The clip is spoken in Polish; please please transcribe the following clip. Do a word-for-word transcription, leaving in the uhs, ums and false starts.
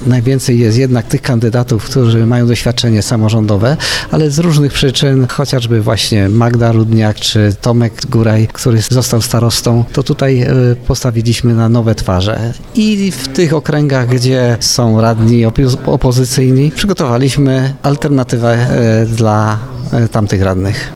najwięcej jest jednak tych kandydatów, którzy mają doświadczenie samorządowe, ale z różnych przyczyn, chociażby właśnie Magda Rudniak czy Tomek Góraj, który został starostą, to tutaj postawiliśmy na nowe twarze. I w tych okręgach, gdzie są radni opozycyjni, przygotowaliśmy alternatywę dla tamtych radnych.